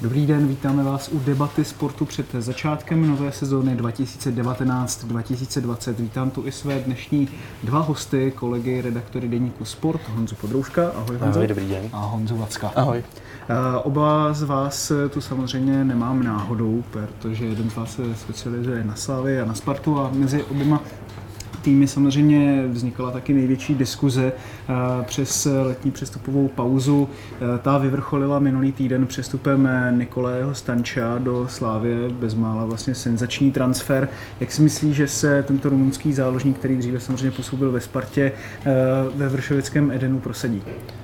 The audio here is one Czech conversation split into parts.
Dobrý den, vítáme vás u debaty sportu před začátkem nové sezóny 2019-2020. Vítám tu i své dnešní dva hosty, kolegy, redaktory deníku Sport, Honzu Podrouška. Ahoj Honzo. Ahoj, dobrý den. A Honzu Vacka. Ahoj. Oba z vás tu samozřejmě nemám náhodou, protože jeden z vás se specializuje na Slavii a na Spartu a mezi oběma týmy samozřejmě vznikala taky největší diskuze přes letní přestupovou pauzu. Ta vyvrcholila minulý týden přestupem Nikolaje Stanča do Slavie, bezmála vlastně senzační transfer. Jak si myslí, že se tento rumunský záložník, který dříve samozřejmě působil ve Spartě, ve vršovickém Edenu prosadí?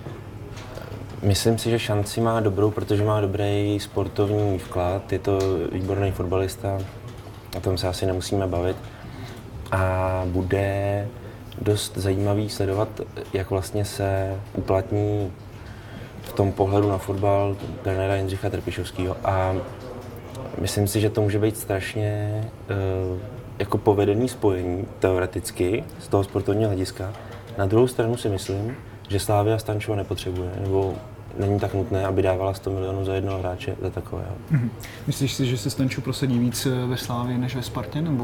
Myslím si, že šanci má dobrou, protože má dobrý sportovní vklad, je to výborný fotbalista, o tom se asi nemusíme bavit. A bude dost zajímavý sledovat, jak vlastně se uplatní v tom pohledu na fotbal trenéra Jindřicha Trpišovského. A myslím si, že to může být strašně jako povedený spojení teoreticky z toho sportovního hlediska. Na druhou stranu si myslím, že Slavia Stančova nepotřebuje, nebo není tak nutné, aby dávala 100 milionů za jednoho hráče, za takového. Myslíš si, že se Stanču prosadí víc ve Slavii než ve Spartě, nebo?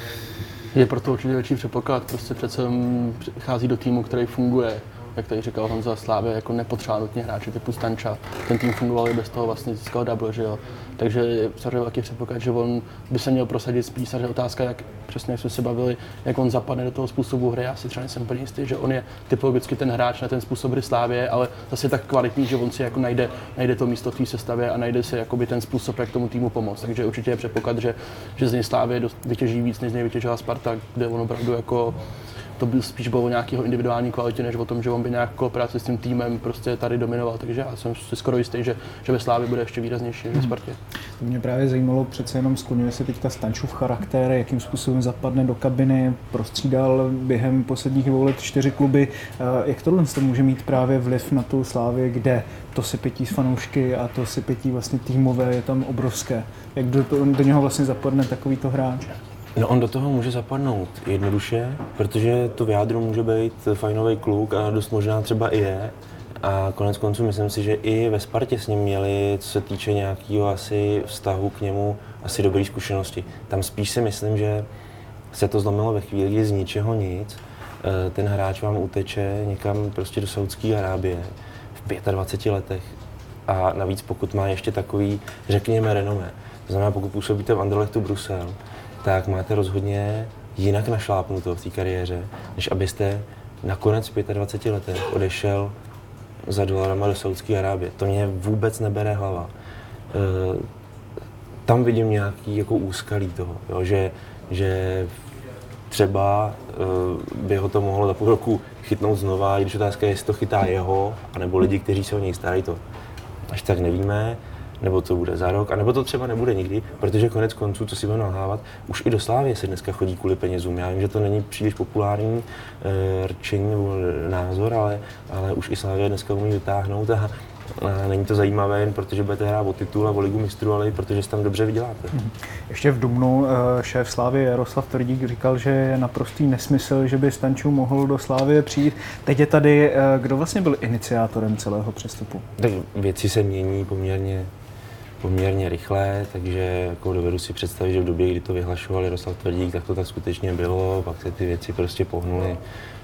Je proto určitě větší předpoklad, prostě přece chází do týmu, který funguje. Jak tady říkal Honza, Slavia jako nepotřeba nutně hráče typu Stanča. Ten tým fungoval i bez toho, vlastně získal double, že jo. Takže je samozřejmě velký předpoklad, že on by se měl prosadit spíš, že otázka, jak přesně jak jsme se bavili, jak on zapadne do toho způsobu hry. Já si třeba nejsem plně jistý, že on je typologicky ten hráč na ten způsob hry Slavie, ale zase tak kvalitní, že on si jako najde to místo v té sestavě a najde si jakoby ten způsob, jak tomu týmu pomoct. Takže určitě je předpoklad, že z něj Slavie vytěží víc, než z něj vytěžila Sparta, kde on opravdu jako to byl spíš bylo o nějakého individuální kvalitě, než o tom, že on by nějak kooperaci s tím týmem prostě tady dominoval. Takže já jsem si skoro jistý, že ve Slavii bude ještě výraznější než ve Spartě. To mě právě zajímalo, přece jenom skloňuje se teďka Stančův charakter, jakým způsobem zapadne do kabiny, prostřídal během posledních 2 let 4 kluby. Jak tohle může mít právě vliv na tu Slavii, kde to sypětí s fanoušky a to sypětí vlastně týmové je tam obrovské. Jak do něho vlastně zapadne takovýto hráč? No on do toho může zapadnout jednoduše, protože to v jádru může být fajnový kluk a dost možná třeba i je. A konec konců myslím si, že i ve Spartě s ním měli, co se týče nějakého asi vztahu k němu, asi dobré zkušenosti. Tam spíš si myslím, že se to zlomilo ve chvíli, kdy z ničeho nic ten hráč vám uteče někam prostě do Saúdské Arábie v 25 letech. A navíc pokud má ještě takový, řekněme, renomé. To znamená, pokud působíte v Anderlechtu Brusel, tak máte rozhodně jinak našlápnuto v té kariéře, než abyste nakonec v 25 letech odešel za dolarama do Saúdské Arábie. To mě vůbec nebere hlava. Tam vidím nějaký jako úskalí toho, jo, že třeba by ho to mohlo za půl roku chytnout znova, i když otázka je, jestli to chytá jeho, anebo lidi, kteří se o něj starají, to až tak nevíme. Nebo to bude za rok, anebo to třeba nebude nikdy, protože konec konců, co si budeme nalhávat, už i do Slavie se dneska chodí kvůli penězům. Já vím, že to není příliš populární rčení nebo názor, ale už i Slavie dneska umí dotáhnout a není to zajímavé jen protože budete hrát o titul a o ligu mistrů, ale i protože si tam dobře vyděláte. Ještě v dubnu šéf Slavie Jaroslav Tvrdík říkal, že je naprostý nesmysl, že by Stanču mohl do Slavie přijít. Teď je tady, kdo vlastně byl iniciátorem celého přestupu? Tak věci se mění poměrně rychle, takže jako dovedu si představit, že v době, kdy to vyhlašoval Jaroslav Tvrdík, tak to tak skutečně bylo, pak se ty věci prostě pohnuly.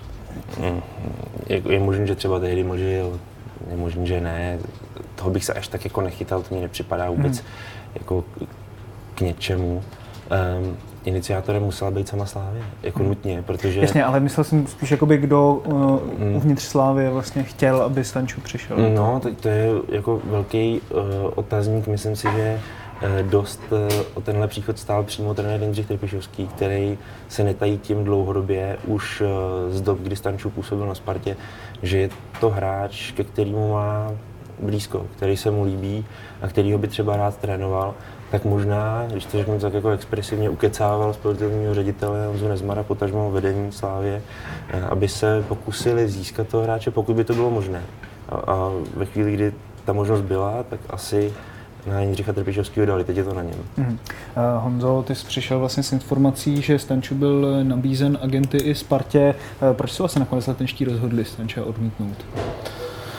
Je možné, že třeba tehdy možil, je možné, že ne. Toho bych se až tak jako nechytal, to mi nepřipadá vůbec jako k něčemu. Iniciátorem musela být sama Slavie, jako nutně, protože... Jasně, ale myslel jsem spíš, jakoby kdo uvnitř Slavie vlastně chtěl, aby Stanču přišel. No, to je jako velký otazník, myslím si, že dost o tenhle příchod stál přímo trenér Jindřich Trpišovský, který se netají tím dlouhodobě už z dob, kdy Stanču působil na Spartě, že je to hráč, ke kterému má blízko, který se mu líbí a kterýho by třeba rád trénoval, tak možná, když to řeknu tak jako expresivně, ukecával sportovního ředitele Honzu Nezmara, potažmo vedení Slavie, aby se pokusili získat toho hráče, pokud by to bylo možné. A ve chvíli, kdy ta možnost byla, tak asi na Jindřicha Trpišovského dali, teď je to na něm. Honzo, ty jsi přišel vlastně s informací, že Stanču byl nabízen agenty i Spartě. Proč se vlastně nakonec letenští rozhodli Stanča odmítnout?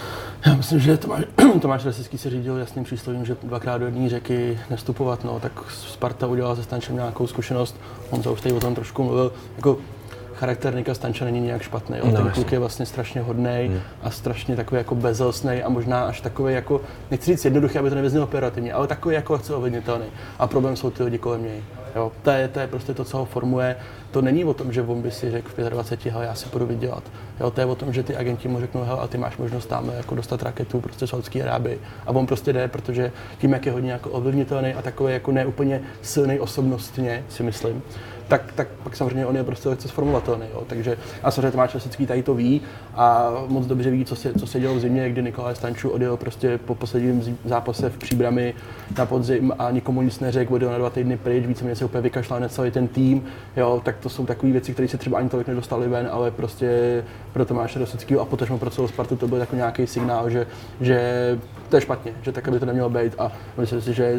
Já myslím, že Tomáš Rosický se řídil jasným příslovím, že dvakrát do jedné řeky nevstupovat, no, tak Sparta udělala se Stančem nějakou zkušenost, Honza už tady o tom trošku mluvil, jako charakter Nika Stanča není nějak špatný, no, ten kluk je vlastně strašně hodnej a strašně takový jako bezelstnej a možná až takový jako, nechci říct jednoduchý, aby to nevyznělo pejorativně, ale takový jako lehce ovlivnitelný a problém jsou ty lidi kolem něj. Jo, to je prostě to, co ho formuje. To není o tom, že on by si řekl v 25, hele, já si půjdu vydělat. Jo, to je o tom, že ty agenti mu řeknou, hele, a ty máš možnost tam jako dostat raketu prostě z Saudské Arábii. A on prostě jde, protože tím, jak je hodně jako ovlivnitelný a takový jako neúplně silný osobnostně, si myslím, tak pak samozřejmě on je prostě lehce sformulovatelný. Jo. Takže a samozřejmě Tomáš Rosický tady to ví a moc dobře ví, co se dělo v zimě, kdy Nikolaj Stanču odjel prostě po posledním zápase v Příbrami na podzim a nikomu nic neřekl, odjel na 2 týdny pryč, víceméně se úplně vykašlal na celý ten tým. Jo, tak to jsou takové věci, které se třeba ani tolik nedostaly ven, ale prostě pro Tomáše Rosického a potažmo pro celou Spartu to byl jako nějaký signál, že to je špatně, že tak by to nemělo být a myslím si, že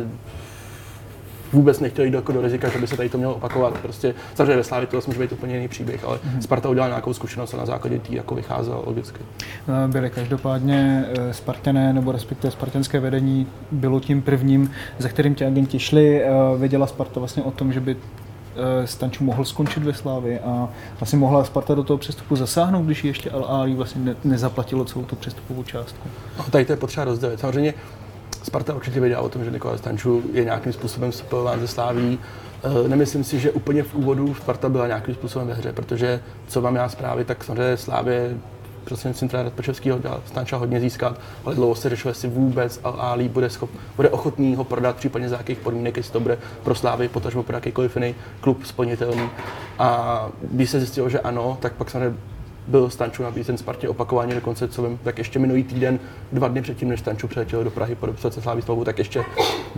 vůbec nechtěli jít do rizika, že by se tady to mělo opakovat. Prostě samozřejmě ve Slávii to může být úplně jiný příběh, ale Sparta udělala nějakou zkušenost a na základě tý jako vycházel logicky. Byli každopádně Spartané, nebo respektive spartanské vedení bylo tím prvním, za kterým ti agenti šli. Věděla Sparta vlastně o tom, že by Stanču mohl skončit ve Slávii a vlastně mohla Sparta do toho přestupu zasáhnout, když ještě Al Ahly vlastně nezaplatilo celou tu přestupovou částku. No, tady to je potřeba rozdělit. Samozřejmě Sparta určitě věděla o tom, že Nikolaj Stanču je nějakým způsobem suplován ze Slaví. Nemyslím si, že úplně v úvodu Sparta byla nějakým způsobem ve hře, protože co mám já zprávy, tak samozřejmě Slávě prostřednictvím trenéra Radpačevského Stanča hodně získat, ale dlouho se řešilo, jestli vůbec Al Ahly bude ochotný ho prodat, případně za jakých podmínek, jestli to bude pro Slávy, potažmo pro jakýkoliv jiný klub splnitelný. A když se zjistilo, že ano, tak pak samozřejmě byl Stanču nabízen Spartě opakovaně, dokonce co vím, tak ještě minulý týden, 2 dny předtím, než Stanču přiletěl do Prahy podepsat se Slaví smlouvu, tak ještě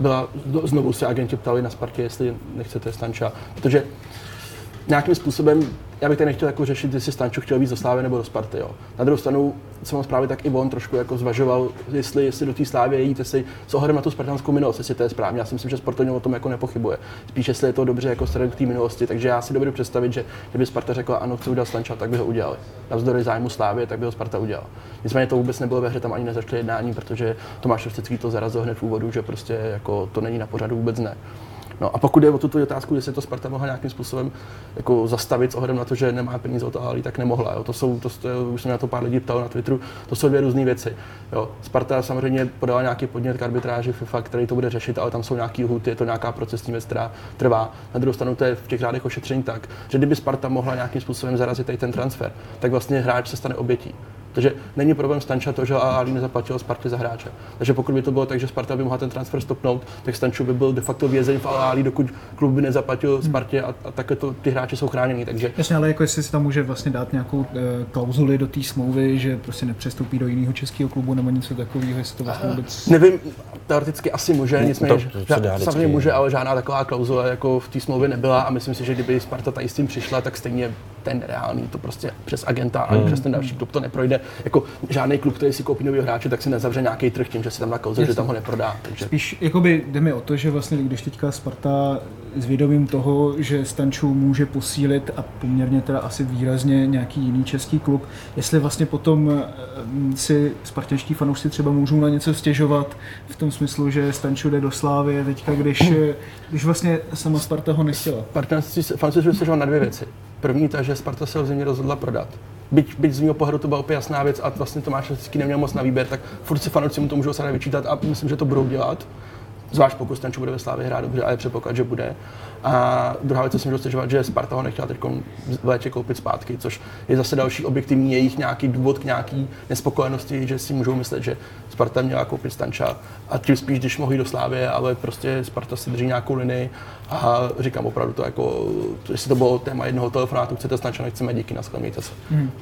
znovu se agenti ptali na Spartě, jestli nechcete Stanča, protože nějakým způsobem, já bych tady nechtěl jako řešit, jestli Stanču chtěl víc do Slávy nebo do Sparty. Jo. Na druhou stranu, co mám zprávy, tak i on trošku jako zvažoval, jestli do té Slávy jít, jestli s ohledem na tu spartanskou minulost, jestli to je správně. Já si myslím, že sportovně o tom jako nepochybuje. Spíš, jestli je to dobře jako k té minulosti. Takže já si dovedu představit, že kdyby Sparta řekla, ano, chci udělat Stanča, tak by ho udělali. Navzdory zájmu Slávy, tak by ho Sparta udělala. Nicméně to vůbec nebylo ve hře, tam ani nezačaly jednání, protože Tomáš Rosický to zarazil hned v úvodu, že prostě jako to není na pořadu, vůbec ne. No a pokud je o tuto otázku, jestli to Sparta mohla nějakým způsobem jako zastavit s ohledem na to, že nemá peníze od Al Ahly, tak nemohla. Jo. Už jsem na to pár lidí ptal na Twitteru, to jsou 2 různé věci. Jo. Sparta samozřejmě podala nějaký podnět k arbitráži FIFA, který to bude řešit, ale tam jsou nějaký lhůty, je to nějaká procesní věc, která trvá. Na druhou stranu to je v těch řádech ošetření tak, že kdyby Sparta mohla nějakým způsobem zarazit tady ten transfer, tak vlastně hráč se stane obětí. Takže není problém Stanča to, že Al Ahly nezaplatil Spartě za hráče. Takže pokud by to bylo tak, že Sparta by mohla ten transfer stopnout, tak Stanču by byl de facto vězeň v Al Ahly, dokud klub by nezaplatil Spartě a takhle ty hráči jsou chráněni. Takže jasně, ale jako jestli si tam může vlastně dát nějakou klauzuli do té smlouvy, že prostě nepřestoupí do jiného českého klubu nebo něco takového, jestli to vlastně vůbec... Nevím, teoreticky asi může, nicméně samozřejmě může, ale žádná taková klauzule jako v té smlouvě nebyla a myslím si, že kdyby Sparta tady s tím přišla, tak stejně ten reálný to prostě přes agenta a přes ten další klub to neprojde. Jako žádný klub, který si koupí nového hráče, tak si nezavře nějaký trh tím, že si tam nakouzí, že tam ho neprodá. Takže... Spíš jakoby jde mi o to, že vlastně když teďka Sparta s vědomím toho, že Stanču může posílit a poměrně teda asi výrazně nějaký jiný český klub, jestli vlastně potom si spartanští fanoušci třeba můžou na něco stěžovat v tom smyslu, že Stanču jde do Slávy teďka, když vlastně sama Sparta ho nechtěla. Fanoušci se stěžovat na 2 věci. První ta, že Sparta se ho v zimě rozhodla prodat. Byť z mého pohledu to byla opět jasná věc a vlastně Tomáš Rosický neměl moc na výběr, tak furt si fanoušci mu to můžou se vyčítat a myslím, že to budou dělat. Zvlášť pokud Stanču bude ve Slávě hrát dobře a je předpoklad, že bude. A druhá věc, co si můžu stěžovat, že Sparta ho nechtěla teď v létě koupit zpátky, což je zase další objektivní jejich nějaký důvod k nějaký nespokojenosti, že si můžou myslet, že Sparta měla koupit Stanča a tím spíš, když mohli do Slávě, ale prostě Sparta si drží nějakou linii a říkám opravdu to jako, jestli to bylo téma jednoho telefonátu, chcete Stanča, nechceme, díky, naschle, se.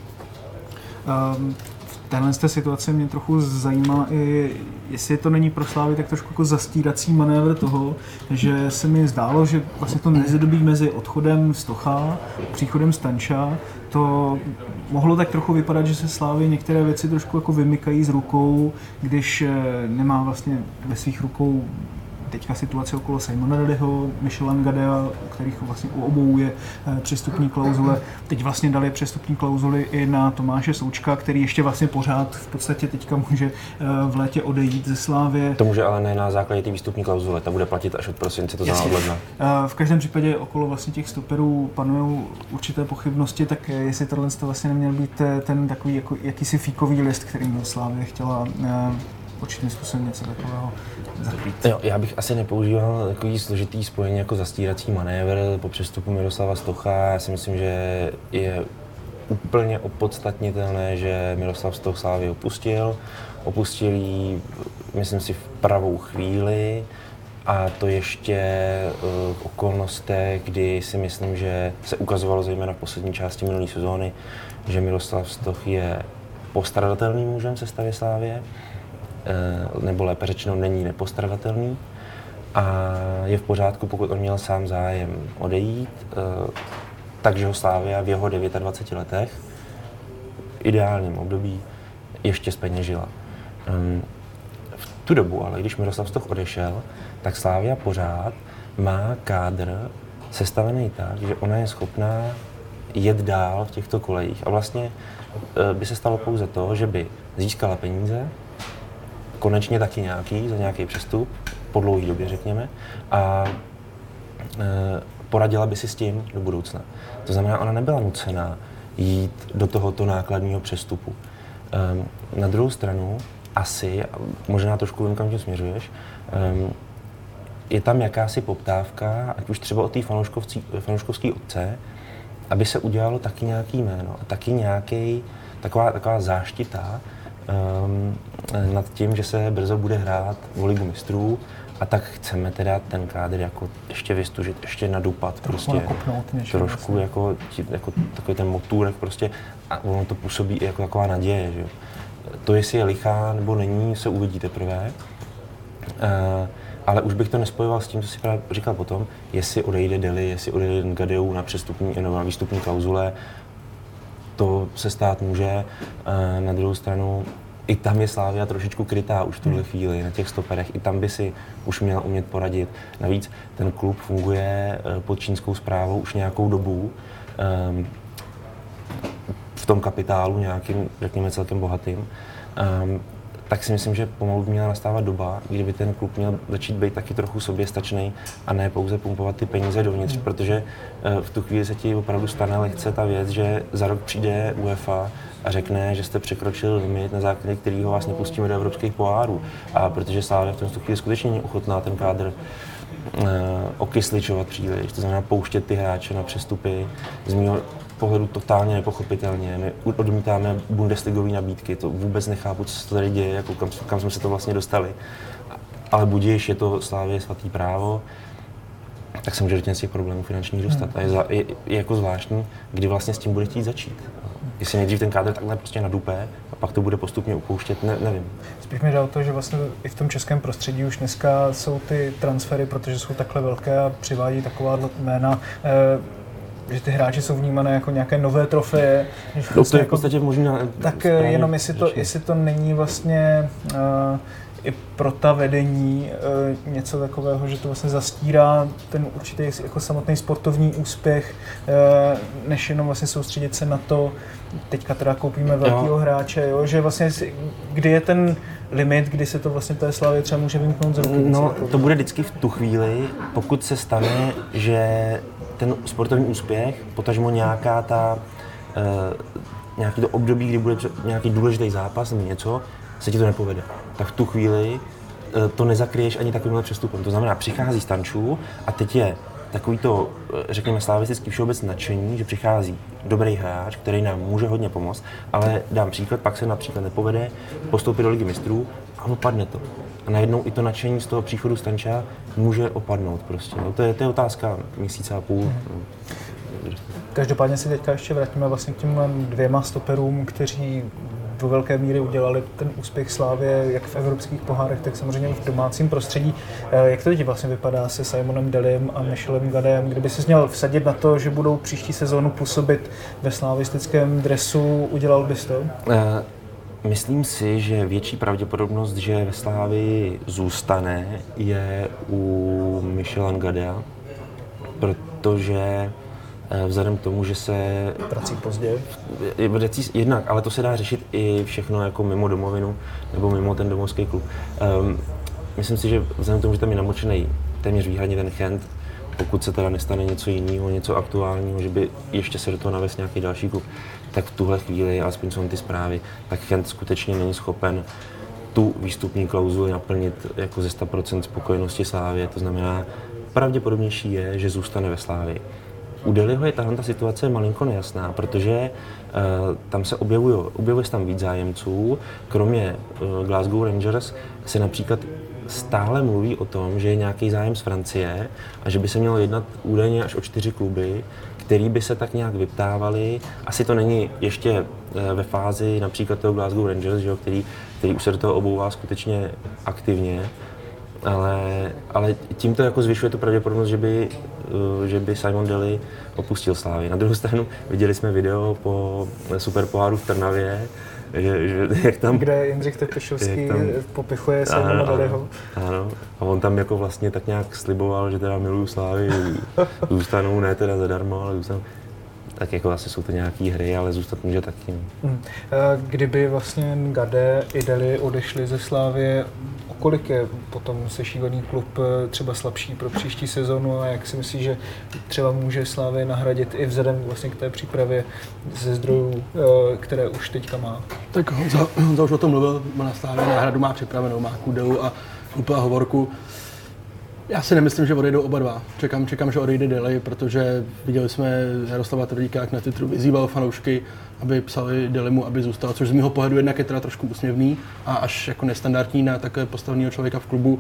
Téhle situace mě trochu zajímá i, jestli to není pro Slávy tak trošku jako zastírací manévr toho, že se mi zdálo, že vlastně to mezidobí mezi odchodem Stocha a příchodem Stanča, to mohlo tak trochu vypadat, že se Slávy některé věci trošku jako vymykají z rukou, když nemá vlastně ve svých rukou teďka situace okolo Simona Dalyho, Michela Ngadea, u kterých vlastně u obou je přestupní klauzule. Teď vlastně dali přestupní klauzuly i na Tomáše Součka, který ještě vlastně pořád v podstatě teďka může v létě odejít ze Slávie. To může ale ne na základě té výstupní klauzule, ta bude platit až od prosince, to znamená od ledna. V každém případě okolo vlastně těch stoperů panují určité pochybnosti, tak jestli tohle vlastně neměl být ten takový jako jakýsi fíkový list, který Slávie chtěla určitým způsobem něco takového zakrýt. Jo, já bych asi nepoužíval takový složitý spojení jako zastírací manévr po přestupu Miroslava Stocha. Já si myslím, že je úplně opodstatnitelné, že Miroslav Stoch Slávii opustil ji, myslím si, v pravou chvíli, a to ještě v okolnostech, kdy si myslím, že se ukazovalo zejména v poslední části minulé sezóny, že Miroslav Stoch je postradatelným mužem v sestavě Slávie, nebo lépe řečeno není nepostradatelný, a je v pořádku, pokud on měl sám zájem odejít, takže ho Slavia v jeho 29 letech, v ideálním období, ještě zpeněžila. V tu dobu, ale když Miroslav Stoch odešel, tak Slavia pořád má kádr sestavený tak, že ona je schopná jet dál v těchto kolejích. A vlastně by se stalo pouze to, že by získala peníze, konečně taky nějaký, za nějaký přestup, po dlouhé době řekněme, a poradila by si s tím do budoucna. To znamená, ona nebyla nucená jít do tohoto nákladního přestupu. Na druhou stranu, asi, možná trošku vím, kam tím směřuješ, je tam jakási poptávka, ať už třeba od té fanouškovské obce, aby se udělalo taky nějaký jméno, taky nějaký, taková záštita nad tím, že se brzo bude hrát o Ligu mistrů, a tak chceme teda ten kádr jako ještě vystužit, ještě nadupat, prostě trošku jako takový ten motůrek prostě, a ono to působí jako taková naděje, že jo. To, jestli je lichá nebo není, se uvidí teprve, ale už bych to nespojoval s tím, co si právě říkal potom, jestli odejde Daly, jestli odejde Ngadeu na přestupní nebo na výstupní klauzule, to se stát může. Na druhou stranu i tam je Slavia trošičku krytá už v tuhle chvíli na těch stoperech, i tam by si už měl umět poradit. Navíc ten klub funguje pod čínskou správou už nějakou dobu, v tom kapitálu nějakým, řekněme, celkem bohatým. Tak si myslím, že pomalu by měla nastávat doba, kdyby ten klub měl začít být taky trochu soběstačný a ne pouze pumpovat ty peníze dovnitř, protože v tu chvíli se ti opravdu stane lehce ta věc, že za rok přijde UEFA a řekne, že jste překročil limit, na základě kterého vás nepustíme do evropských pohárů. A protože Slavia v tu chvíli skutečně není ochotná ten kádr okysličovat příliš, to znamená pouštět ty hráče na přestupy, z mého pohledu totálně nepochopitelně. My odmítáme bundesligové nabídky, to vůbec nechápu, co se tady děje, jako kam jsme se to vlastně dostali. Ale budiž, je to Slavie svatý právo, tak se může do těch problémů finančních dostat. A je jako zvláštní, kdy vlastně s tím bude chtít začít. Jestli nejdřív ten kádr takhle prostě nadupe a pak to bude postupně upouštět, nevím. Spíš mi jde o to, že vlastně i v tom českém prostředí už dneska jsou ty transfery, protože jsou takhle velké a přivádí taková jména, že ty hráči jsou vnímané jako nějaké nové trofeje. To je v podstatě možná. Tak jenom jestli to není vlastně i pro ta vedení něco takového, že to vlastně zastírá ten určitý jako samotný sportovní úspěch, než jenom vlastně soustředit se na to, teďka teda koupíme velkého hráče, jo? Že vlastně kdy je ten limit, kdy se to vlastně té Slavě třeba může vymknout z ruky. No, to bude vždycky v tu chvíli, pokud se stane, že ten sportovní úspěch, potažmo nějaká ta, nějaký to období, kdy bude nějaký důležitý zápas nebo něco, se ti to nepovede. Tak v tu chvíli to nezakryješ ani takovýmhle přestupem. To znamená, přichází Stančů a teď je takový to, řekněme, slavistický všeobecné nadšení, že přichází dobrý hráč, který nám může hodně pomoct, ale dám příklad, pak se například nepovede postoupit do Ligy mistrů a opadne to. A najednou i to nadšení z toho příchodu Stanča může opadnout prostě. No, to je otázka měsíce a půl. Každopádně si teďka ještě vrátíme vlastně k těm dvěma stoperům, kteří do velké míry udělali ten úspěch Slávie jak v evropských pohárech, tak samozřejmě i v domácím prostředí. Jak to teď vlastně vypadá se Simonem Dalym a Michelem Ngadem? Kdyby si měl vsadit na to, že budou příští sezónu působit ve slavistickém dresu, udělal bys to? Myslím si, že větší pravděpodobnost, že ve Slávii zůstane, je u Michela Ngadea, protože vzhledem k tomu, že se Prací pozdě. Jednak, ale to se dá řešit i všechno jako mimo domovinu nebo mimo ten domovský klub. Myslím si, že vzhledem k tomu, že tam je namočený téměř výhradně ten Chent, pokud se teda nestane něco jiného, něco aktuálního, že by ještě se do toho navést nějaký další klub, tak v tuhle chvíli, alespoň jsou ty zprávy, tak Chent skutečně není schopen tu výstupní klauzuli naplnit jako ze 100% spokojenosti Slávie. To znamená, pravděpodobnější je, že zůstane ve Slávii. U Deliho je tahle situace malinko nejasná, protože tam se objevuje se tam víc zájemců. Kromě Glasgow Rangers se například stále mluví o tom, že je nějaký zájem z Francie a že by se mělo jednat údajně až o 4 kluby, který by se tak nějak vyptávali. Asi to není ještě ve fázi například toho Glasgow Rangers, že jo, který už se do toho obouvá skutečně aktivně, ale tím to jako zvyšuje tu pravděpodobnost, že by Simon Daly opustil Slávy. Na druhou stranu viděli jsme video po Superpoháru v Trnavě, že jak tam... Kde Jindřich Trpišovský popichuje Simona Dalyho. Ano, a on tam jako vlastně tak nějak sliboval, že teda miluju Slávy, zůstanou, ne teda zadarmo, ale zůstanou. Tak jako asi jsou to nějaký hry, ale zůstat může taky. Kdyby vlastně Ngade i Daly odešli ze Slávie, o kolik je potom sešívaný klub třeba slabší pro příští sezonu a jak si myslíš, že třeba může Slávie nahradit i vzhledem vlastně k té přípravě ze zdrojů, které už teďka má? Tak Honza už o tom mluvil, na Slávě náhradu má připravenou, má Kudelu a Lupa Hovorku. Já si nemyslím, že odejdou oba dva. Čekám, že odejde Daly, protože viděli jsme Jaroslava Tvrdíka, jak na Twitteru vyzýval fanoušky, aby psali Dalymu, aby zůstal, což z mého pohledu jednak je teda trošku úsměvný a až jako nestandardní na takové postaveného člověka v klubu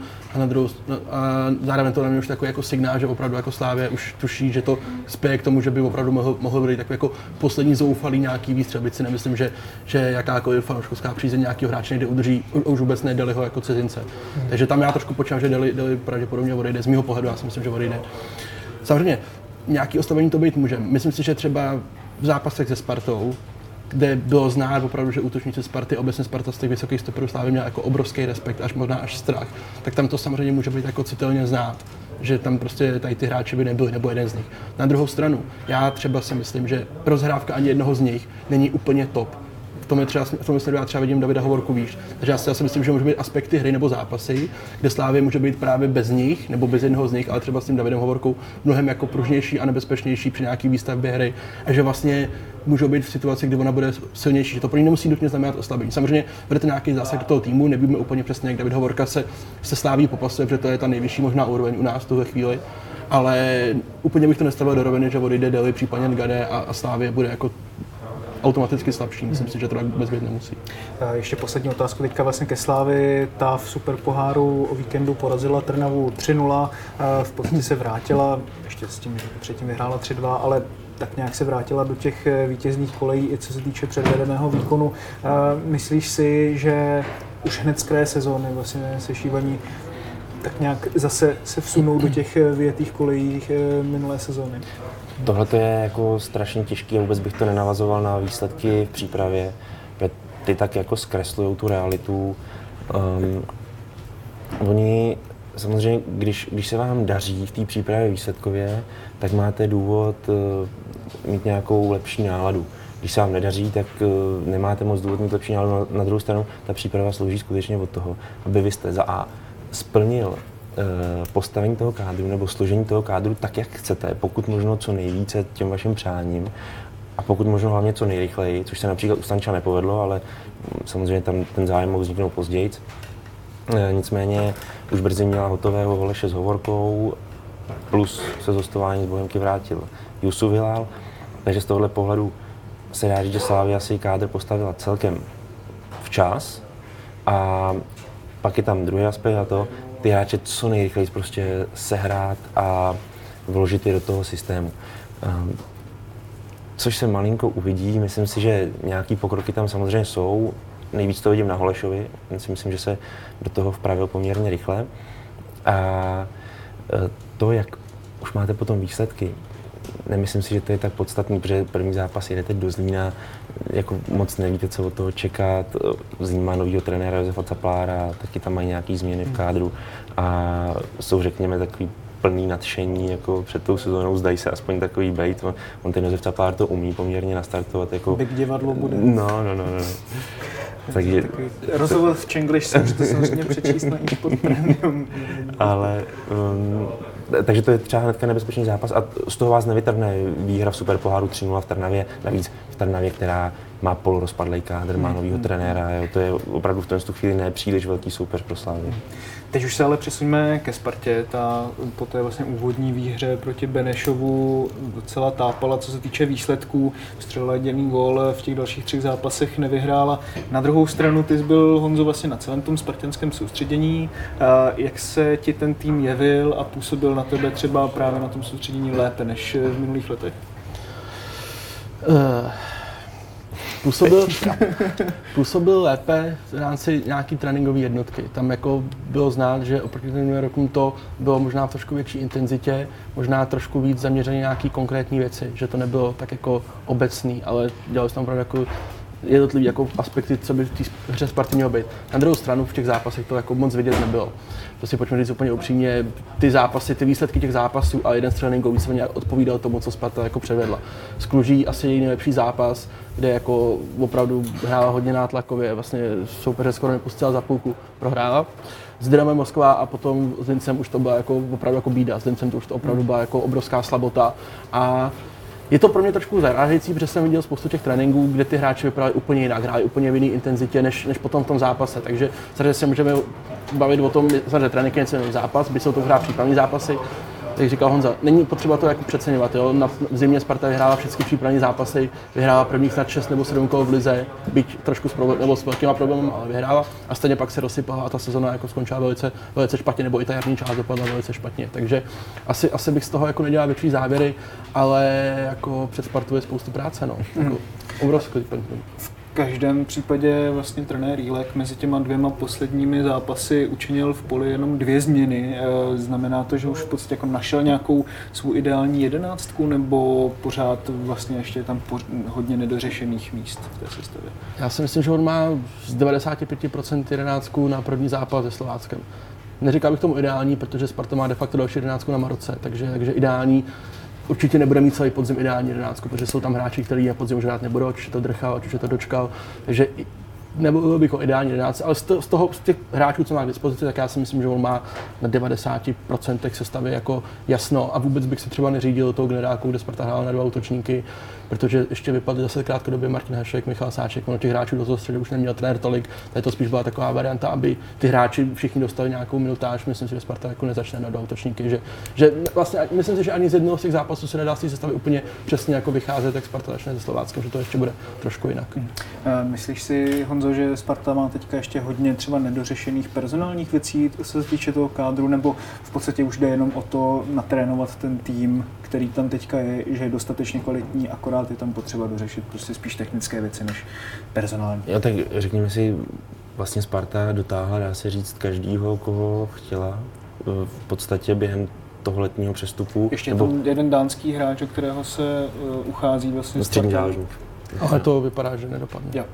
a zároveň to na mě už takový jako signál, že opravdu jako Slávě už tuší, že to spěje k tomu, že by opravdu mohl být takový jako poslední zoufalý nějaký výstřel, byť si nemyslím, že jakákoliv fanouškovská přízeň nějakého hráče někde udrží, už vůbec ne Dalyho jako cizince. Takže tam já trošku počítám, že Daly pravděpodobně odejde. Z mého pohledu já si myslím, že odejde. Samozřejmě nějaký ostavení to být může. Myslím si, že třeba v zápasech se Spartou, kde bylo znát opravdu, že útočníci Sparty, obecně Sparta z těch vysokých stoperů Slávy měla jako obrovský respekt, možná až strach, tak tam to samozřejmě může být jako citelně znát, že tam prostě tady ty hráči by nebyli, nebo jeden z nich. Na druhou stranu, já třeba si myslím, že rozhrávka ani jednoho z nich není úplně top. V tom já třeba vidím Davida Hovorku výš. Takže já si myslím, že může být aspekty hry nebo zápasy, kde Slávě může být právě bez nich nebo bez jednoho z nich, ale třeba s tím Davidem Hovorkou mnohem jako pružnější a nebezpečnější při nějaký výstavbě hry. A že vlastně můžou být v situaci, kdy ona bude silnější. Že to pro ní nemusí nutně znamenat oslabení. Samozřejmě budete nějaký zásah do toho týmu, nevíme úplně přesně, jak David Hovorka se Sláví popasuje, protože to je ta nejvyšší možná úroveň u nás v tuhle chvíli. Ale úplně bych to nestavil do roviny, že odejde Daly, případně Ngade a Slávě bude jako automaticky slabší. Myslím si, že to tak vůbec být nemusí. Ještě poslední otázku teďka vlastně ke Slávy. Ta v Superpoháru o víkendu porazila Trnavu 3-0, v podstatě se vrátila, ještě s tím, že předtím vyhrála 3-2, ale tak nějak se vrátila do těch vítězných kolejí, i co se týče předvedeného výkonu. Myslíš si, že už hned z kraje sezóny vlastně sešívaní tak nějak zase se vsunou do těch vyjetých kolejí minulé sezóny? Tohle je jako strašně těžký a vůbec bych to nenavazoval na výsledky v přípravě. Ty tak jako zkreslujou tu realitu. Oni samozřejmě, když se vám daří v té přípravě výsledkově, tak máte důvod mít nějakou lepší náladu. Když se vám nedaří, tak nemáte moc důvod mít lepší náladu. Na druhou stranu, ta příprava slouží skutečně od toho, aby vy jste za A splnil postavení toho kádru nebo složení toho kádru tak, jak chcete, pokud možno co nejvíce těm vašim přáním a pokud možno hlavně co nejrychleji, což se například u Stanča nepovedlo, ale samozřejmě tam ten zájem mohl vzniknout později. Nicméně už brzy měla hotového Holeše s Hovorkou, plus se z hostování z Bohemky vrátil Jusuf Hilal, takže z tohohle pohledu se dá říct, že Slavia si kádr postavila celkem včas a pak je tam druhý aspekt a to, ty hráče co nejrychleji prostě sehrát a vložit je do toho systému. Což se malinko uvidí, myslím si, že nějaký pokroky tam samozřejmě jsou. Nejvíc to vidím na Holešovi, ten si myslím, že se do toho vpravil poměrně rychle. A to, jak už máte potom výsledky, nemyslím si, že to je tak podstatný, protože první zápas jedete do Zlína, jako moc nevíte, co od toho čekat. Zlín má novýho trenéra Josefa Caplára, taky tam mají nějaký změny v kádru a jsou, řekněme, takový plný nadšení jako před tou sezónou, zdají se aspoň takový bejt. On ten Josef Caplár to umí poměrně nastartovat. Jako... Big divadlo bude. No. Takže... Rozhovor v Čenglish jsem to samozřejmě přečíst na eSport Premium. Ale, takže to je třeba hnedka nebezpečný zápas a z toho vás nevytrhne výhra v Superpoháru 3-0 v Trnavě, navíc v Trnavě, která má polorozpadlej kádr, má novýho trenéra, jo, to je opravdu v tu chvíli nepříliš velký soupeř pro Slávy. Teď už se ale přesuňme ke Spartě. Ta po té vlastně úvodní výhře proti Benešovu docela tápala, co se týče výsledků. Vstřelila jediný gól, v těch dalších 3 zápasech nevyhrála. Na druhou stranu ty jsi byl, Honzo, vlastně na celém tom spartanském soustředění. Jak se ti ten tým jevil a působil na tebe třeba právě na tom soustředění lépe než v minulých letech? Působil lépe v rámci nějaký tréninkové jednotky. Tam jako bylo znát, že oproti minulým rokům to bylo možná v trošku větší intenzitě, možná trošku víc zaměřené nějaký konkrétní věci, že to nebylo tak jako obecný, ale dělali jsme tam opravdu jako jednotlivý jako aspekty, co by v té hře Sparty mělo být. Na druhou stranu v těch zápasech to jako moc vidět nebylo. To si pojďme říct úplně upřímně, ty zápasy, ty výsledky těch zápasů a jeden střelný gól víceméně odpovídal tomu, co Sparta jako předvedla. S Kluží asi její nejlepší zápas, kde jako opravdu hrála hodně nátlakově, vlastně soupeře skoro nepustila za půlku, prohrála. S Dynamem Moskva a potom s Lincem už to byla jako opravdu jako bída, s Lincem to už to opravdu byla jako obrovská slabota a je to pro mě trošku zarážející, protože jsem viděl spoustu těch tréninků, kde ty hráči vypadali úplně jinak, hráli úplně v jiné intenzitě než potom v tom zápase. Takže samozřejmě se můžeme bavit o tom, že trénink je něco jiného zápas, by se to hrát přípravní zápasy. Jak říkal Honza, není potřeba to jako přeceňovat. Jo? V zimě Sparta vyhrála všechny přípravní zápasy, vyhrála prvních snad 6 nebo 7 kol v lize, byť trošku s velkýma problémy, ale vyhrála a stejně pak se rozsypala a ta sezona jako skončila velice špatně, nebo i ta jarní část dopadla velice špatně. Takže asi bych z toho jako nedělal větší závěry, ale jako před Spartou je spoustu práce. No. Jako obrovský. V každém případě vlastně trenér Jílek mezi těma 2 posledními zápasy učinil v poli jenom 2 změny. Znamená to, že už v podstatě jako našel nějakou svou ideální 11, nebo pořád vlastně ještě tam hodně nedořešených míst v té sestavě? Já si myslím, že on má z 95% 11 na první zápas se Slováckem. Neříkal bych tomu ideální, protože Sparta má de facto další 11 na Maroce, takže ideální. Určitě nebude mít celý podzim ideální 11, protože jsou tam hráči, kteří na podzim už hrát nebudou, ať už je to Drchal, ať už je to Dočkal, takže nebylo bych o ideální 11, ale z těch hráčů, co má k dispozici, tak já si myslím, že on má na 90% sestavy jako jasno a vůbec bych se třeba neřídil toho generálku, kde Sparta hrála na 2 útočníky, protože ještě vypadly zase krátkodobě Martin Hašek, Michal Sáček, ono těch hráčů do toho středu už neměl trenér tolik, tady to spíš byla taková varianta, aby ty hráči všichni dostali nějakou minutáž, myslím si, že Sparta jako nezačne na 2 útočníky, že vlastně myslím si, že ani z jednoho z těch zápasů se nedá z té sestavy úplně přesně jako vycházet, tak Sparta začne se Slováckem, že to ještě bude trošku jinak. Myslíš si, Honzo, že Sparta má teďka ještě hodně třeba nedořešených personálních věcí, co se týče toho kádru, nebo v podstatě už jde jenom o to natrénovat ten tým, který tam teďka je, že je dostatečně kvalitní, akorát je tam potřeba dořešit prostě spíš technické věci než personální. Jo, tak řekněme si, vlastně Sparta dotáhla, dá se říct, každýho, koho chtěla v podstatě během toho letního přestupu. Ještě nebo tam jeden dánský hráč, o kterého se uchází vlastně střední záložník. Ale to vypadá, že nedopadne. Jo.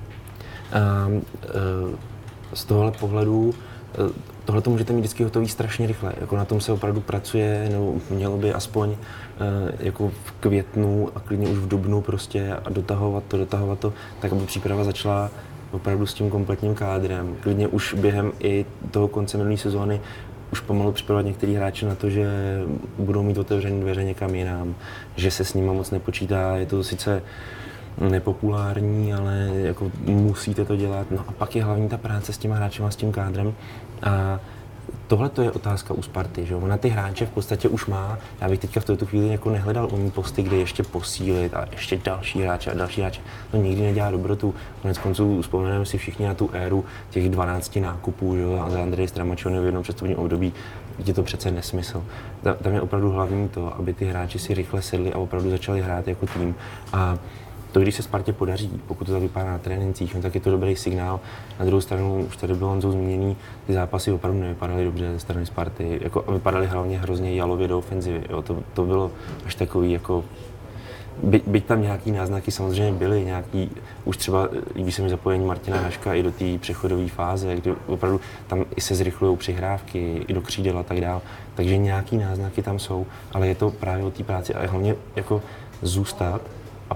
Z tohohle pohledu tohle to můžete mít vždycky hotový strašně rychle. Jako na tom se opravdu pracuje, nebo mělo by aspoň jako v květnu a klidně už v dubnu prostě a dotahovat to, tak aby příprava začala opravdu s tím kompletním kádrem. Klidně už během i toho konce minulé sezóny už pomalu připravovat některý hráči na to, že budou mít otevřené dveře někam jinam, že se s nimi moc nepočítá. Je to sice nepopulární, ale jako musíte to dělat. No a pak je hlavní ta práce s těma hráčima, s tím kádrem. A tohle to je otázka u Sparty, že ona ty hráče v podstatě už má. Já bych teďka v této chvíli jako nehledal u ní posty, kde ještě posílit a ještě další hráče a další hráče. To nikdy nedělá dobrotu. Koneckonců vzpomeneme si všichni na tu éru těch 12 nákupů, že a za Andreje Stramačony v jednom přestupním období. Je to přece nesmysl. Tam je opravdu hlavní to, aby ty hráči si rychle sedli a opravdu začali hrát jako tým. A to, když se Spartě podaří, pokud to tak vypadá na trénincích, no, tak je to dobrý signál. Na druhou stranu, už tady bylo Honzou zmíněný, ty zápasy opravdu nevypadaly dobře ze strany Sparty, jako, a vypadaly hlavně hrozně jalově do ofenzivy. Jo. To bylo až takový, jako, byť tam nějaký náznaky samozřejmě byly, nějaký, už třeba líbí se mi zapojení Martina Haška i do té přechodové fáze, kdy opravdu tam i se zrychlují přihrávky, i do křídel a tak dále. Takže nějaký náznaky tam jsou, ale je to právě o té práci a hlavně jako zůstat a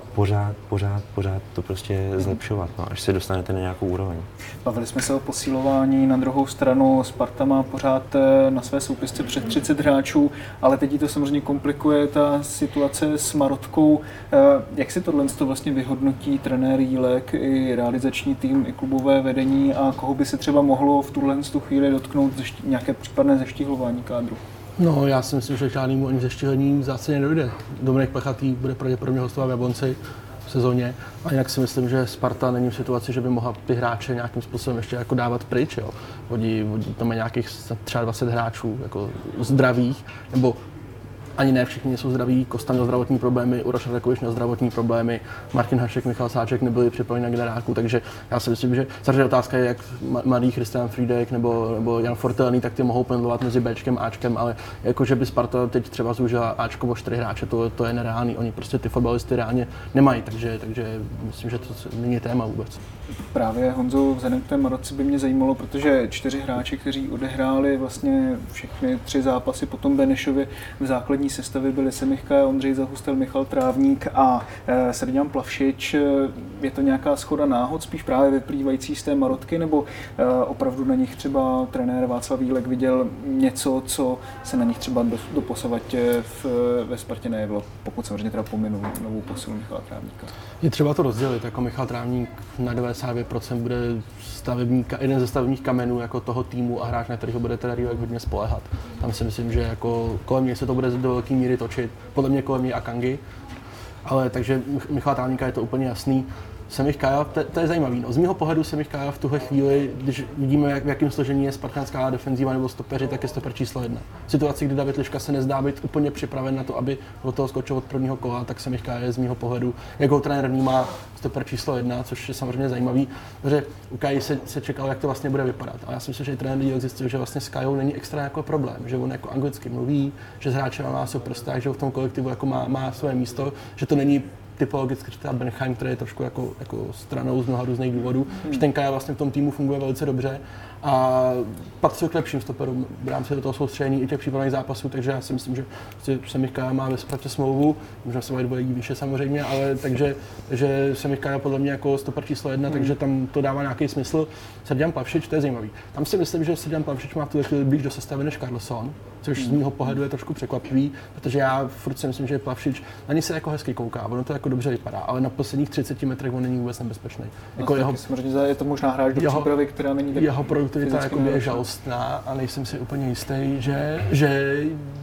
pořád to prostě zlepšovat, no, až se dostanete na nějakou úroveň. Bavili jsme se o posilování, na druhou stranu Sparta má pořád na své soupisce před 30 hráčů, ale teď to samozřejmě komplikuje ta situace s Marotkou. Jak si tohle vlastně vyhodnotí trenér Jílek, i realizační tým, i klubové vedení a koho by se třeba mohlo v tuhle chvíli dotknout nějaké případné zeštihlování kádru? No, já si myslím, že žádnému ani zeštihlení v zásadě nedojde. Dominik Plechatý bude pravděpodobně hostovat v Jablonci v sezóně a jinak si myslím, že Sparta není v situaci, že by mohla ty hráče nějakým způsobem ještě jako dávat pryč. Jo. Vodí tam nějakých třeba 20 hráčů jako zdravých, nebo ani ne všichni jsou zdraví, Kosta měl zdravotní problémy, Uroš Rakovič měl zdravotní problémy, Martin Hašek, Michal Sáček nebyli připraveni na generálku, takže já si myslím, že samozřejmě otázka je, jak mladý Christian Friedek nebo Jan Fortelný, tak ty mohou pendlovat mezi Bčkem a Ačkem, ale jakože by Sparta teď třeba zúžila Ačko o 4 hráče, to je nereálný, oni prostě ty fotbalisty reálně nemají, takže myslím, že to není téma vůbec. Právě Honzo, vzhledem k té Marotce by mě zajímalo, protože 4 hráči, kteří odehráli vlastně všechny 3 zápasy po tom Benešově v základní sestavě byli Semichka, Ondřej Zahustel, Michal Trávník a Srďan Plavšič. Je to nějaká shoda náhod, spíš právě vyplývající z té Marotky, nebo opravdu na nich třeba trenér Václav Jílek viděl něco, co se na nich třeba doposavať ve Spartě nejevilo, pokud samozřejmě teda pominu novou posilu Michala Trávníka? Je třeba to rozdělit, jako Michal Trávník na 92% bude jeden ze stavebních kamenů jako toho týmu a hráč, na kterého bude teda Jílek hodně spoléhat. Tam si myslím, že jako kolem něj se to bude do velké míry točit, podle mě kolem něj Akangy, ale takže Michala Trávníka je to úplně jasný. Semich Kaja, to je zajímavý. No, z mého pohledu Semich Kaja v tuhle chvíli, když vidíme, v jakém složení je spartanská defenzíva nebo stopeři, tak je stoper číslo 1. V situaci, kdy David Liška se nezdá být úplně připraven na to, aby do toho skočil od prvního kola, tak Semich Kaja je z mého pohledu, jako trenér vnímá stoper číslo 1, což je samozřejmě zajímavý, protože u Kaji se čekalo, jak to vlastně bude vypadat. A já si myslím, že i trenér Jílek zjistil, že vlastně s Kajou není extra jako problém, že on jako anglicky mluví, že s hráčem má super vztah, že v tom kolektivu jako má své místo, že to není typologicky třeba Benheim, který je trošku jako stranou z mnoha různých důvodů, že ten Kaja vlastně v tom týmu funguje velice dobře a patří k lepším stoperům v rámci do toho soustředění i těch přípravných zápasů, takže já si myslím, že Semich Kaja má ve Spartě smlouvu, možná se mají dvojí výše samozřejmě, ale takže Semich Kaja podle mě jako stoper číslo 1, takže tam to dává nějaký smysl. Srďan Plavšič, to je zajímavý. Tam si myslím, že Srďan Plavšič má v tuhle chvíli blíž do sestavy než Carlson, což z mého pohledu je trošku překvapivý, protože já furt si myslím, že Plavšič na ní se jako hezky kouká, ono to jako dobře vypadá, ale na posledních 30 metrech on není vůbec nebezpečný. Jako je to možná hráč do přípravy, která není tak jeho produktivita jako je žalostná a nejsem si úplně jistý, že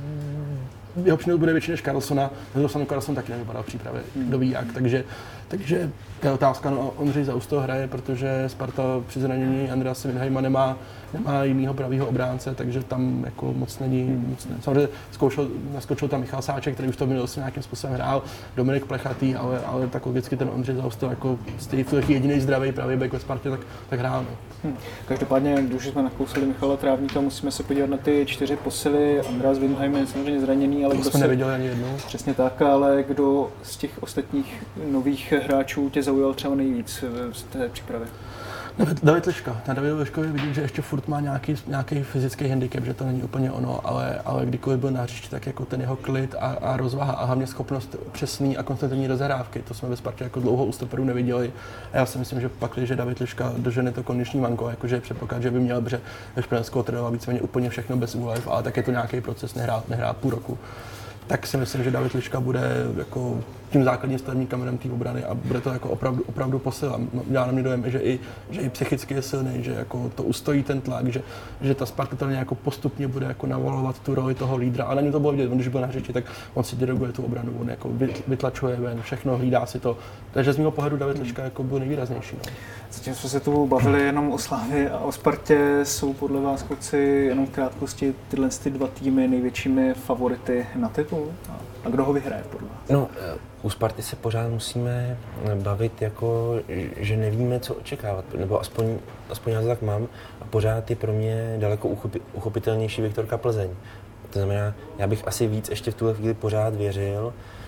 jeho přínos bude větší než Carlsona. Carlson taky nevypadal v přípravě, kdo ví jak, takže to je otázka, no Ondřej Zaustel hraje, protože Sparta při zranění Andrease Winheima nemá jinýho pravýho obránce, takže tam jako moc není. Samozřejmě naskočil tam Michal Sáček, který už to v minulosti nějakým způsobem hrál, Dominik Plechatý, ale tak logicky ten Ondřej Zaustel jako jediný zdravý pravý back ve Spartě, tak hrál. No. Každopádně, když jsme nakousali Michala Trávníka, musíme se podívat na ty 4 posily. Andreas Winheim je samozřejmě zraněný, ale to jsme neviděli ani jednou. Přesně tak, ale kdo z těch ostatních nových hráčů tě zaujal třeba nejvíc z té přípravy? David Liška. Na Davidu Liškovi vidím, že ještě furt má nějaký fyzický handicap, že to není úplně ono, ale kdykoliv byl na hřišti, tak jako ten jeho klid a rozvaha a hlavně schopnost přesný a konstantní rozehrávky, to jsme ve Spartě jako dlouho u stoperů neviděli. A já si myslím, že pak, když David Liška dožene to kondiční manko, jakože předpoklad, že by měl ve Španělsku trénovat víceméně úplně všechno bez úlev, ale tak je to nějaký proces, nehrát půl roku. Tak si myslím, že David Liška bude jako tím základním stavebním kamenem té obrany a bude to jako opravdu posila. Dělá na mě dojem, že i psychicky je silný, že jako to ustojí ten tlak, že ta Sparta to jako postupně bude jako navolovat tu roli toho lídra. A na něm to bylo vidět, když byl na hřišti, tak on si diriguje tu obranu, on jako vytlačuje ven, všechno, hlídá si to. Takže z mého pohledu David Liška jako byl nejvýraznější. No. Zatím jsme se tu bavili jenom o Slavii a o Spartě. Jsou podle vás, kluci, jenom v krátkosti tyhle 2 týmy největšími favority na titul? A kdo ho vyhraje podle vás? No, u Sparty se pořád musíme bavit jako, že nevíme, co očekávat, nebo aspoň já to tak mám a pořád je pro mě daleko uchopitelnější Viktorka Plzeň. To znamená, já bych asi víc ještě v tuhle chvíli pořád věřil,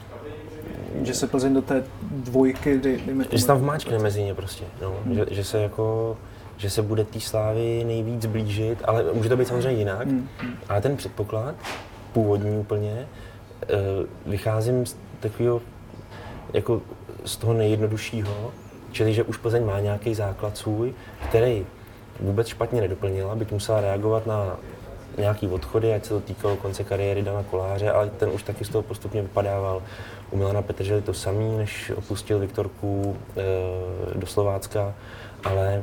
že se Plzeň do té dvojky, že se tam vmáčkne mezi ně prostě, no. Že se bude té Slávy nejvíc blížit, ale může to být samozřejmě jinak. Ale ten předpoklad, původní úplně, vycházím z takového, jako z toho nejjednoduššího, čili že už Plzeň má nějaký základ svůj, který vůbec špatně nedoplnila, byť musela reagovat na nějaký odchody, ať se to týkalo konce kariéry Dana Koláře, ale ten už taky z toho postupně vypadával. U Milana Petržely to samý, než opustil Viktorku do Slovácka, ale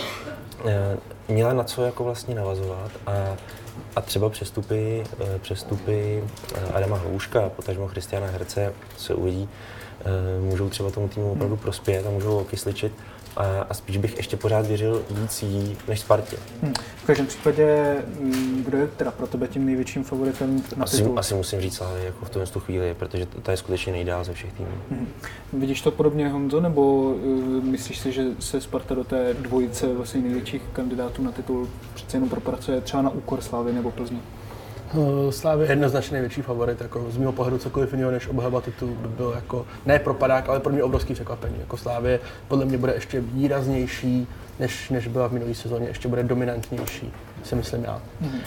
měla na co jako vlastně navazovat a třeba přestupy Adama Hlouška, potažmo Christiana Herce, se uvidí, můžou třeba tomu týmu opravdu prospět a můžou okysličit. A spíš bych ještě pořád věřil víc jí než Spartě. V každém případě, kdo je teda pro tebe tím největším favoritem na titul? Asi musím říct Slávy jako v tu chvíli, protože ta je skutečně nejdál ze všech týmů. Vidíš to podobně, Honzo, nebo myslíš si, že se Sparta do té dvojice vlastně největších kandidátů na titul přece jenom propracuje třeba na úkor Slávy nebo Plzně? Slávy je jednoznačně největší favorit, jako z mého pohledu cokoliv jiného než obhajoba titulu by byl jako, ne propadák, ale pro mě obrovský překvapení. Jako Slávy podle mě bude ještě výraznější, než byla v minulé sezóně, ještě bude dominantnější, si myslím já.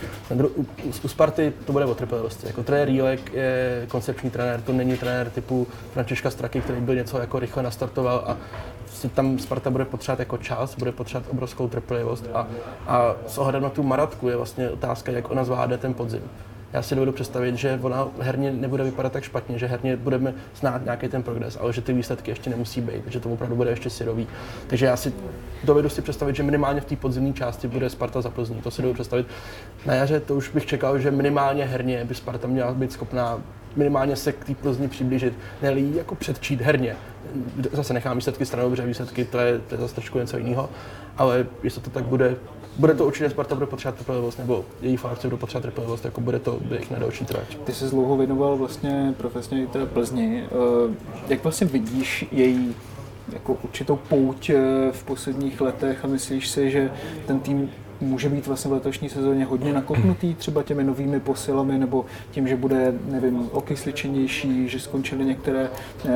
U Sparty to bude o trpělivosti. Jako trenér Jílek je koncepční trenér, to není trenér typu Františka Straky, který byl něco jako rychle nastartoval a tam Sparta bude potřebovat jako čas, bude potřebovat obrovskou trpělivost a s ohledem na tu Maratku je vlastně otázka, jak ona zvládne ten podzim. Já si dovedu představit, že ona herně nebude vypadat tak špatně, že herně budeme znát nějaký ten progres, ale že ty výsledky ještě nemusí být, že to opravdu bude ještě syrový. Takže já si dovedu si představit, že minimálně v té podzimní části bude Sparta za Plzní. To si dovedu představit. Na jaře to už bych čekal, že minimálně herně by Sparta měla být schopná minimálně se k té Plzni přiblížit, ne-li jako předčít herně. Zase nechám výsledky stranou, protože výsledky to je zase trošku něco jiného, ale jestli to tak bude to určitě Sparta bude potřebovat trpělivost, nebo její fanoušci budou potřebovat trpělivost, jako bude to běh na další trať. Ty jsi dlouho věnoval vlastně profesně i té Plzni. Jak vlastně vidíš její jako určitou pouť v posledních letech a myslíš si, že ten tým může být vlastně v letošní sezóně hodně nakopnutý třeba těmi novými posilami nebo tím, že bude, nevím, okysličenější, že skončily některé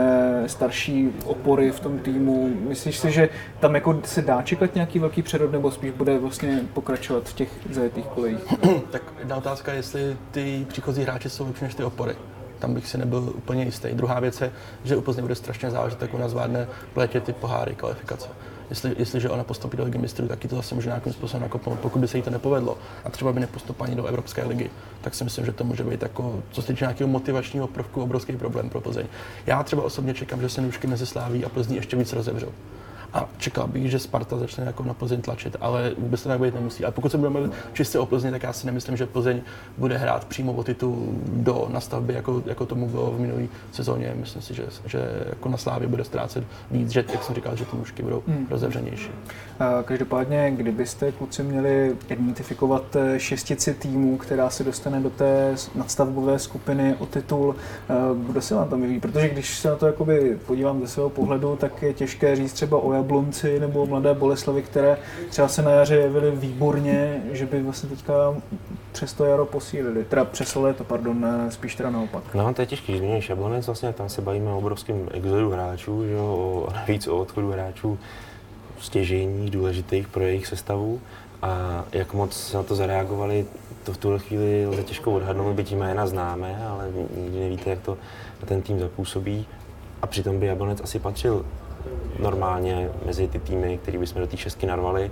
starší opory v tom týmu. Myslíš si, že tam jako se dá čekat nějaký velký přerod nebo spíš bude vlastně pokračovat v těch zajetých kolejích? Tak jedna otázka je, jestli ty příchozí hráči jsou lepší než ty opory. Tam bych si nebyl úplně jistý. Druhá věc je, že u Plzně bude strašně záležet, jak ona zvládne v létě ty poháry, kvalifikace. Jestliže ona postoupí do Ligy mistrů, tak ji to zase může nějakým způsobem nakopnout. Pokud by se jí to nepovedlo a třeba by nepostoupila ani do Evropské ligy, tak si myslím, že to může být jako, co se týče nějakého motivačního prvku, obrovský problém pro Plzeň. Já třeba osobně čekám, že se nůžky mezi Sláví a Plzní ještě víc rozevřou. A čekal bych, že Sparta začne jako na Plzeň tlačit, ale vůbec to tak být nemusí. A pokud se budeme mluvit čistě o Plzni, tak já si nemyslím, že Plzeň bude hrát přímo o titul do nastavby, jako tomu bylo v minulé sezóně. Myslím si, že jako na Slávě bude ztrácet víc, že, jak jsem říkal, že ty nůžky budou rozevřenější. Každopádně, kdybyste kluci měli identifikovat šestici týmů, která se dostane do té nadstavbové skupiny o titul, kdo se vám tam vyvíjí? Protože když se na to jakoby podívám ze svého pohledu, tak je těžké říct třeba o Jablonci nebo Mladé Boleslavi, které třeba se na jaře jevily výborně, že by vlastně teďka přes to jaro posílili, teda přes léto, pardon, spíš teda naopak. No, to je těžký, zmíníš Jablonec, vlastně tam se bavíme o obrovském exodu hráčů, že jo, a navíc o odchodu hráčů stěžejních, důležitých pro jejich sestavu a jak moc se na to zareagovali, to v tuhle chvíli lze těžko odhadnout, byť jména známe, ale nikdy nevíte, jak to na ten tým zapůsobí a přitom by Jablonec asi patřil normálně mezi ty týmy, který bychom do té šestky narvali.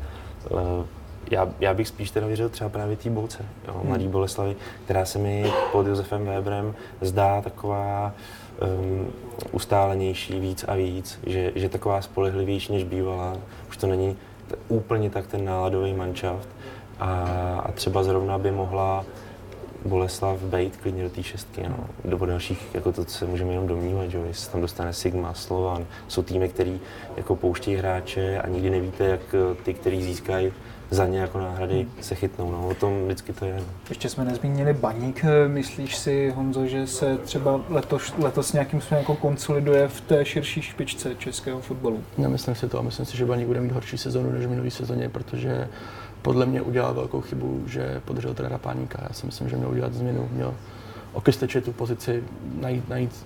Já bych spíš teda věřil třeba právě té Bolce, Mladý Boleslavi, která se mi pod Josefem Weberem zdá taková ustálenější víc a víc, že taková spolehlivější než bývala. Už to není úplně tak ten náladový manšaft a třeba zrovna by mohla Boleslav bejt klidně do té šestky, no. Do dalších, jako to se můžeme jenom domnívat, že jo, jestli tam dostane Sigma, Slovan, jsou týmy, který jako pouštějí hráče a nikdy nevíte, jak ty, který získají za ně jako náhrady, se chytnou, no, o tom vždycky to je. No. Ještě jsme nezmínili Baník, myslíš si, Honzo, že se třeba letos nějakým způsobem jako konsoliduje v té širší špičce českého fotbalu? Nemyslím si to a myslím si, že Baník bude mít horší sezonu než v minulý sezóně, protože podle mě udělal velkou chybu, že podržel trenéra Páníka. Já si myslím, že měl udělat změnu, měl oklistečit tu pozici, najít.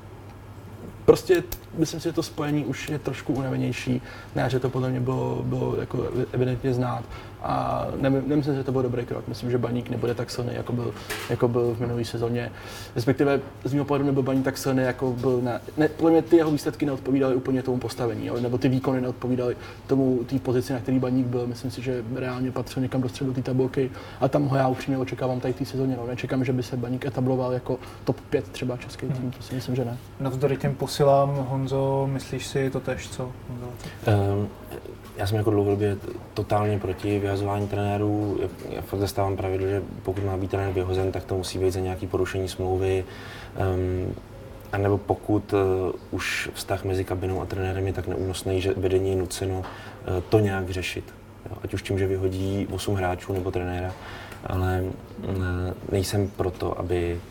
Prostě myslím si, že to spojení už je trošku unavenější, ne, že to podle mě bylo jako evidentně znát a nemyslím, že to byl dobrý krok. Myslím, že Baník nebude tak silný, jako byl v minulé sezóně. Respektive z mého pohledu nebyl Baník tak silný, jako byl podle mě ty jeho výsledky neodpovídaly úplně tomu postavení, jo? Nebo ty výkony neodpovídaly té pozici, na který Baník byl. Myslím si, že reálně patřil někam do středu té tabulky a tam ho já upřímně očekávám tady v té sezóně. No. Nečekám, že by se Baník etabloval jako top 5 třeba český tým, to si myslím, že ne. Navzdory těm posilám, Honzo, myslíš si to též, co? Já jsem jako dlouhodobě totálně proti vyhazování trenérů. Já fakt zastávám pravidlo, že pokud má být trenér vyhozen, tak to musí být za nějaké porušení smlouvy. A nebo pokud už vztah mezi kabinou a trenérem je tak neúnosný, že vedení je nuceno to nějak řešit. Jo, ať už tím, že vyhodí 8 hráčů nebo trenéra, ale nejsem proto, aby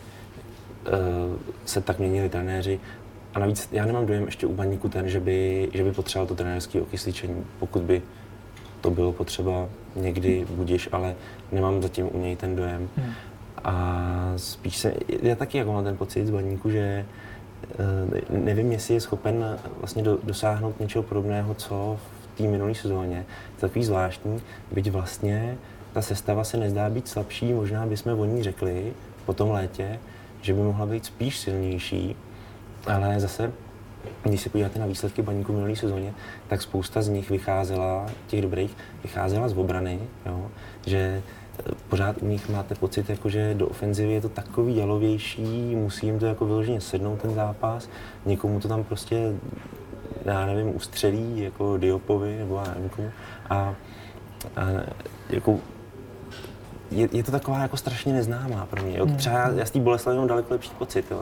se tak měnili trenéři. A navíc já nemám dojem ještě u Baníku ten, že by potřeboval to trenérské okysličení, pokud by to bylo potřeba někdy budiš, ale nemám zatím u něj ten dojem. A spíš já taky jako mám ten pocit z Baníku, že nevím, jestli je schopen vlastně dosáhnout něčeho podobného, co v té minulé sezóně. Je takový zvláštní, byť vlastně ta sestava se nezdá být slabší, možná bychom o ní řekli po tom létě, že by mohla být spíš silnější. Ale zase, když se podíváte na výsledky Baníku v minulé sezóně, tak spousta z nich těch dobrých, vycházela z obrany, jo? Že pořád u nich máte pocit, jako, že do ofenzivy je to takový jalovější, musí jim to jako vyloženě sednout ten zápas, někomu to tam prostě, já nevím, ustřelí, jako Diopovi, nebo já nevím komu. A jako, je to taková jako strašně neznámá pro mě. Jo? Třeba já z té Boleslavy mám daleko lepší pocit. Jo?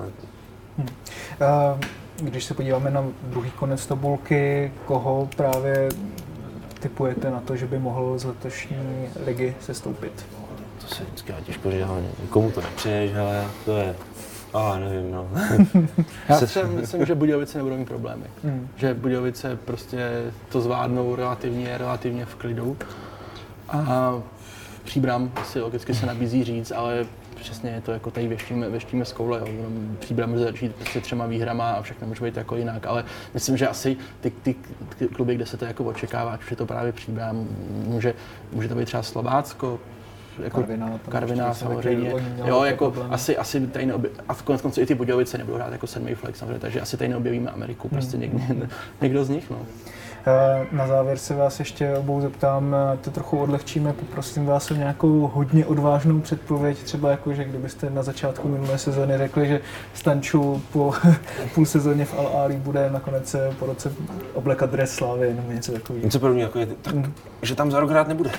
Když se podíváme na druhý konec tabulky, koho právě tipujete na to, že by mohl z letošní ligy sestoupit? To se vždycky těžko říct, komu to nepřeješ, ale to je, nevím, no. Já si myslím, že Budějovice nebudou mít problémy. Že Budějovice prostě to zvládnou relativně v klidu. A Příbram si logicky se nabízí říct, ale přesně je to jako tady věštíme z koule, Příbram může začít prostě 3 výhrama a všechno může být jako jinak, ale myslím, že asi ty kluby, kde se to jako očekává, že to právě Příbram, může to být třeba Slovácko, jako Karviná samozřejmě, jo, jako asi tady a konec konců i ty Budějovice nebudou hrát jako 7. flex samozřejmě, takže asi tady neobjevíme Ameriku, prostě někdo z nich, no. Na závěr se vás ještě obou zeptám, to trochu odlehčíme, poprosím vás o nějakou hodně odvážnou předpověď, třeba jako, že kdybyste na začátku minulé sezóny řekli, že Stanču po půl sezóně v Al Ahly bude nakonec po roce oblekat dres Slávy, nebo něco takového. Něco podobného, jako je, tak, že tam za rok hrát nebude.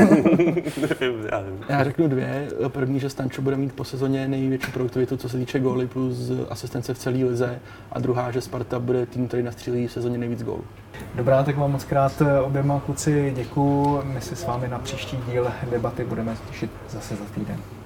Já řeknu 2. První, že Stanču bude mít po sezóně největší produktivitu, co se týče góly plus asistence v celé lize, a druhá, že Sparta bude tým, který nastřílí v sezóně nejvíc gólů. Dobrá, tak vám moc krát oběma kluci děkuju. My se s vámi na příští díl debaty budeme těšit zase za týden.